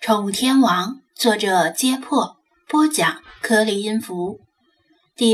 宠物天王，作者揭破，播讲颗粒音符，第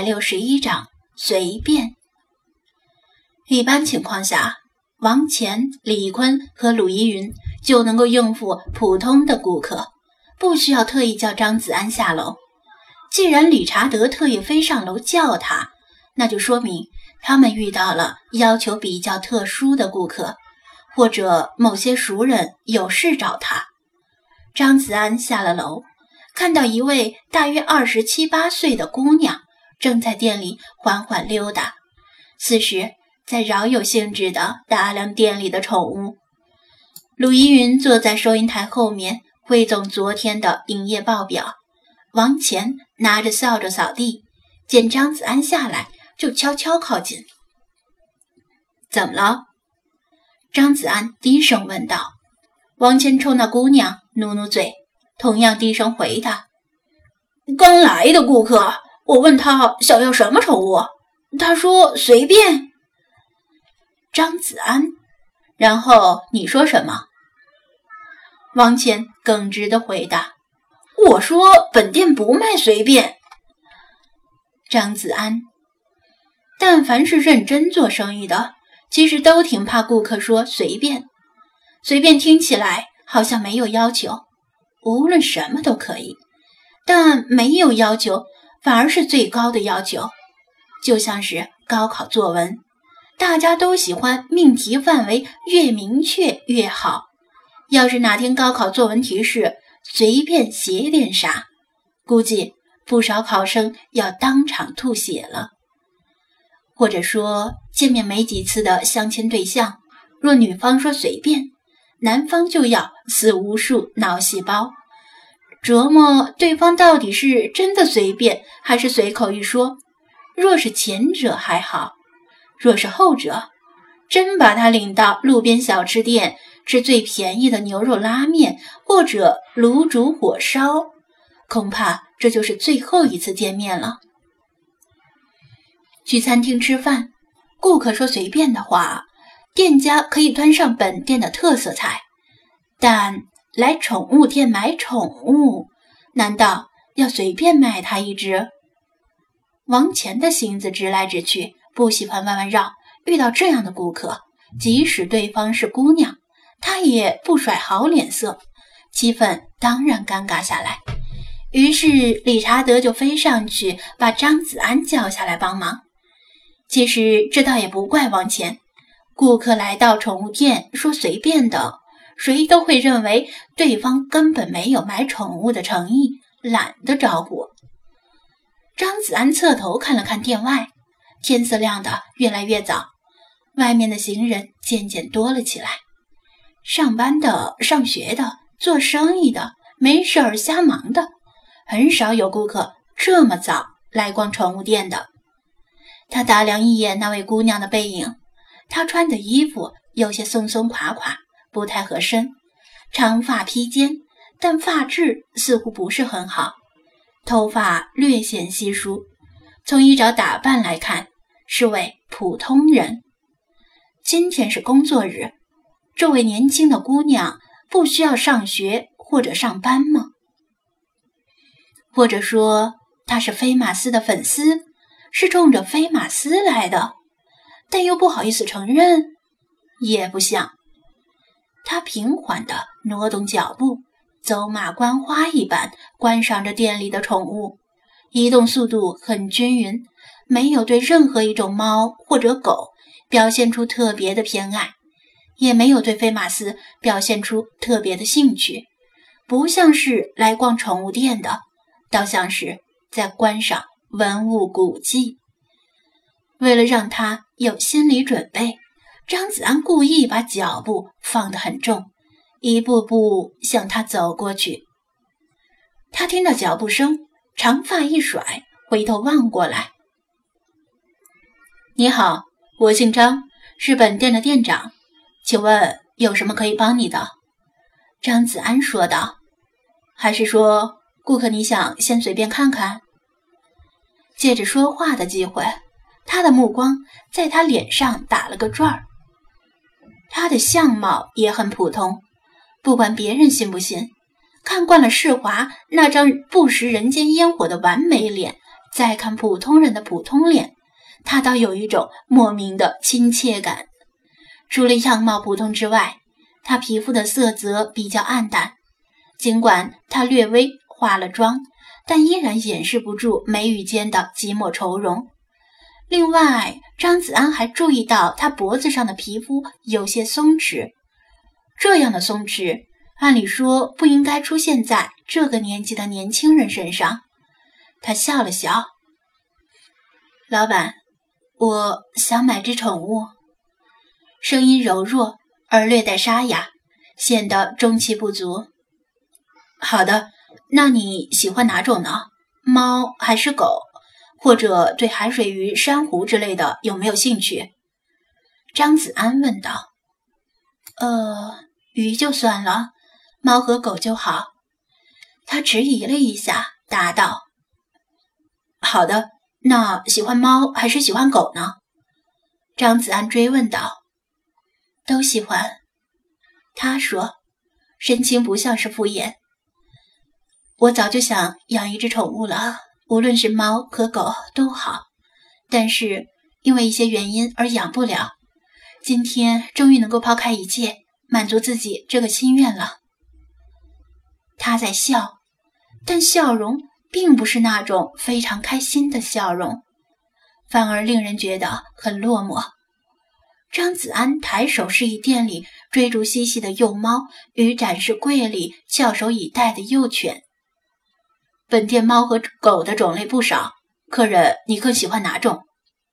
861章随便。一般情况下，王乾、李坤和鲁依云就能够应付普通的顾客，不需要特意叫张子安下楼。既然理查德特意飞上楼叫他，那就说明他们遇到了要求比较特殊的顾客，或者某些熟人有事找他。张子安下了楼，看到一位大约27、28岁的姑娘正在店里缓缓溜达，此时在饶有兴致地打量店里的宠物。鲁依云坐在收银台后面汇总昨天的营业报表，王乾拿着扫帚扫地，见张子安下来就悄悄靠近。怎么了？张子安低声问道。王乾冲那姑娘努努嘴，同样低声回答：刚来的顾客，我问他想要什么宠物，他说随便。张子安，然后你说什么？王乾耿直地回答：我说本店不卖随便。张子安，但凡是认真做生意的，其实都挺怕顾客说随便。随便听起来好像没有要求，无论什么都可以，但没有要求反而是最高的要求。就像是高考作文，大家都喜欢命题范围越明确越好，要是哪天高考作文题是随便写点啥，估计不少考生要当场吐血了。或者说见面没几次的相亲对象，若女方说随便，男方就要死无数脑细胞，琢磨对方到底是真的随便还是随口一说。若是前者还好，若是后者，真把他领到路边小吃店吃最便宜的牛肉拉面或者卤煮火烧，恐怕这就是最后一次见面了。去餐厅吃饭，顾客说随便的话，店家可以端上本店的特色菜，但来宠物店买宠物，难道要随便买它一只？王乾的心思直来直去，不喜欢弯弯绕，遇到这样的顾客，即使对方是姑娘，他也不甩好脸色，气氛当然尴尬下来。于是理查德就飞上去把张子安叫下来帮忙。其实这倒也不怪王乾，顾客来到宠物店说随便的，谁都会认为对方根本没有买宠物的诚意，懒得招呼。张子安侧头看了看店外，天色亮得越来越早，外面的行人渐渐多了起来，上班的、上学的、做生意的、没事儿瞎忙的，很少有顾客这么早来逛宠物店的。他打量一眼那位姑娘的背影，她穿的衣服有些松松垮垮，不太合身，长发披肩，但发质似乎不是很好，头发略显稀疏，从衣着打扮来看，是位普通人。今天是工作日，这位年轻的姑娘不需要上学或者上班吗？或者说她是菲马斯的粉丝，是冲着菲马斯来的，但又不好意思承认？也不像。她平缓地挪动脚步，走马观花一般观赏着店里的宠物，移动速度很均匀，没有对任何一种猫或者狗表现出特别的偏爱，也没有对菲马斯表现出特别的兴趣，不像是来逛宠物店的，倒像是在观赏文物古迹。为了让他有心理准备，张子安故意把脚步放得很重，一步步向他走过去。他听到脚步声，长发一甩，回头望过来。你好，我姓张，是本店的店长，请问有什么可以帮你的？张子安说道。还是说顾客你想先随便看看？借着说话的机会，他的目光在他脸上打了个转儿。他的相貌也很普通，不管别人信不信， 看惯了世华那张不食人间烟火的完美脸，再看普通人的普通脸，他倒有一种莫名的亲切感。除了样貌普通之外，他皮肤的色泽比较暗淡，尽管他略微化了妆，但依然掩饰不住眉宇间的几抹愁容。另外，张子安还注意到他脖子上的皮肤有些松弛，这样的松弛按理说不应该出现在这个年纪的年轻人身上。他笑了笑：“老板，我想买只宠物。”声音柔弱而略带沙哑，显得中气不足。好的，那你喜欢哪种呢？猫还是狗？或者对海水鱼、珊瑚之类的有没有兴趣？张子安问道。鱼就算了，猫和狗就好。他迟疑了一下，答道。好的，那喜欢猫还是喜欢狗呢？张子安追问道。都喜欢，他说，神情不像是敷衍。我早就想养一只宠物了，无论是猫和狗都好，但是因为一些原因而养不了。今天终于能够抛开一切，满足自己这个心愿了。他在笑，但笑容并不是那种非常开心的笑容，反而令人觉得很落寞。张子安抬手示意店里追逐嬉戏的幼猫与展示柜里翘首以待的幼犬。本店猫和狗的种类不少，客人你更喜欢哪种？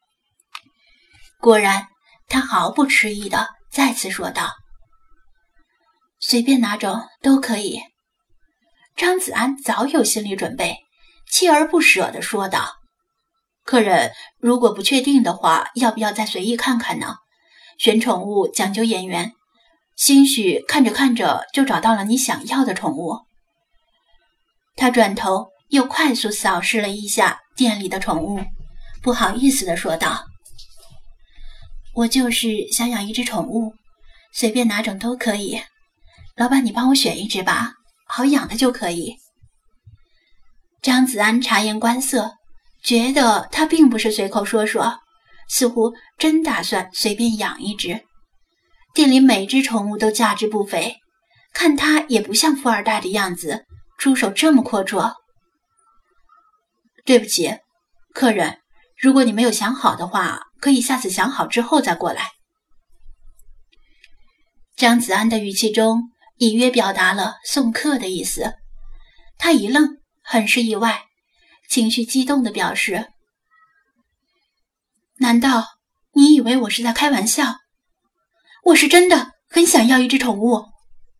果然，他毫不迟疑地再次说道：随便哪种都可以。张子安早有心理准备，锲而不舍地说道：客人如果不确定的话，要不要再随意看看呢？选宠物讲究眼缘，兴许看着看着就找到了你想要的宠物。他转头又快速扫视了一下店里的宠物，不好意思地说道：我就是想养一只宠物，随便哪种都可以。老板，你帮我选一只吧，好养的就可以。张子安察言观色，觉得他并不是随口说说，似乎真打算随便养一只。店里每只宠物都价值不菲，看他也不像富二代的样子，出手这么阔绰。对不起，客人，如果你没有想好的话，可以下次想好之后再过来。张子安的语气中隐约表达了送客的意思。他一愣，很是意外，情绪激动地表示：难道你以为我是在开玩笑？我是真的很想要一只宠物。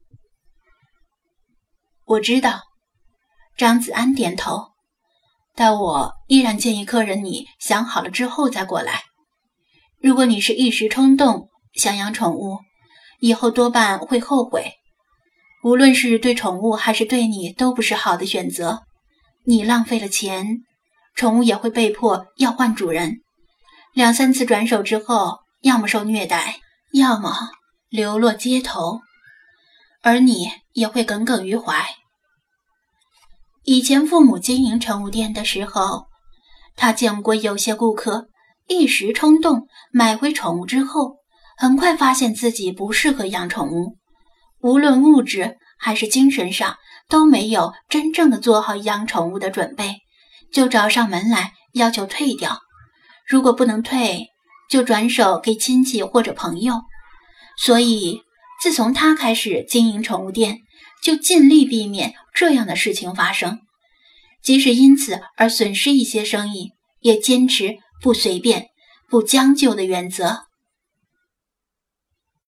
我知道，张子安点头，但我依然建议客人你想好了之后再过来。如果你是一时冲动想养宠物，以后多半会后悔，无论是对宠物还是对你都不是好的选择。你浪费了钱，宠物也会被迫要换主人，2-3次转手之后，要么受虐待，要么流落街头，而你也会耿耿于怀。以前父母经营宠物店的时候，他见过有些顾客一时冲动买回宠物之后，很快发现自己不适合养宠物，无论物质还是精神上都没有真正的做好养宠物的准备，就找上门来要求退掉。如果不能退，就转手给亲戚或者朋友。所以自从他开始经营宠物店，就尽力避免这样的事情发生，即使因此而损失一些生意，也坚持不随便、不将就的原则。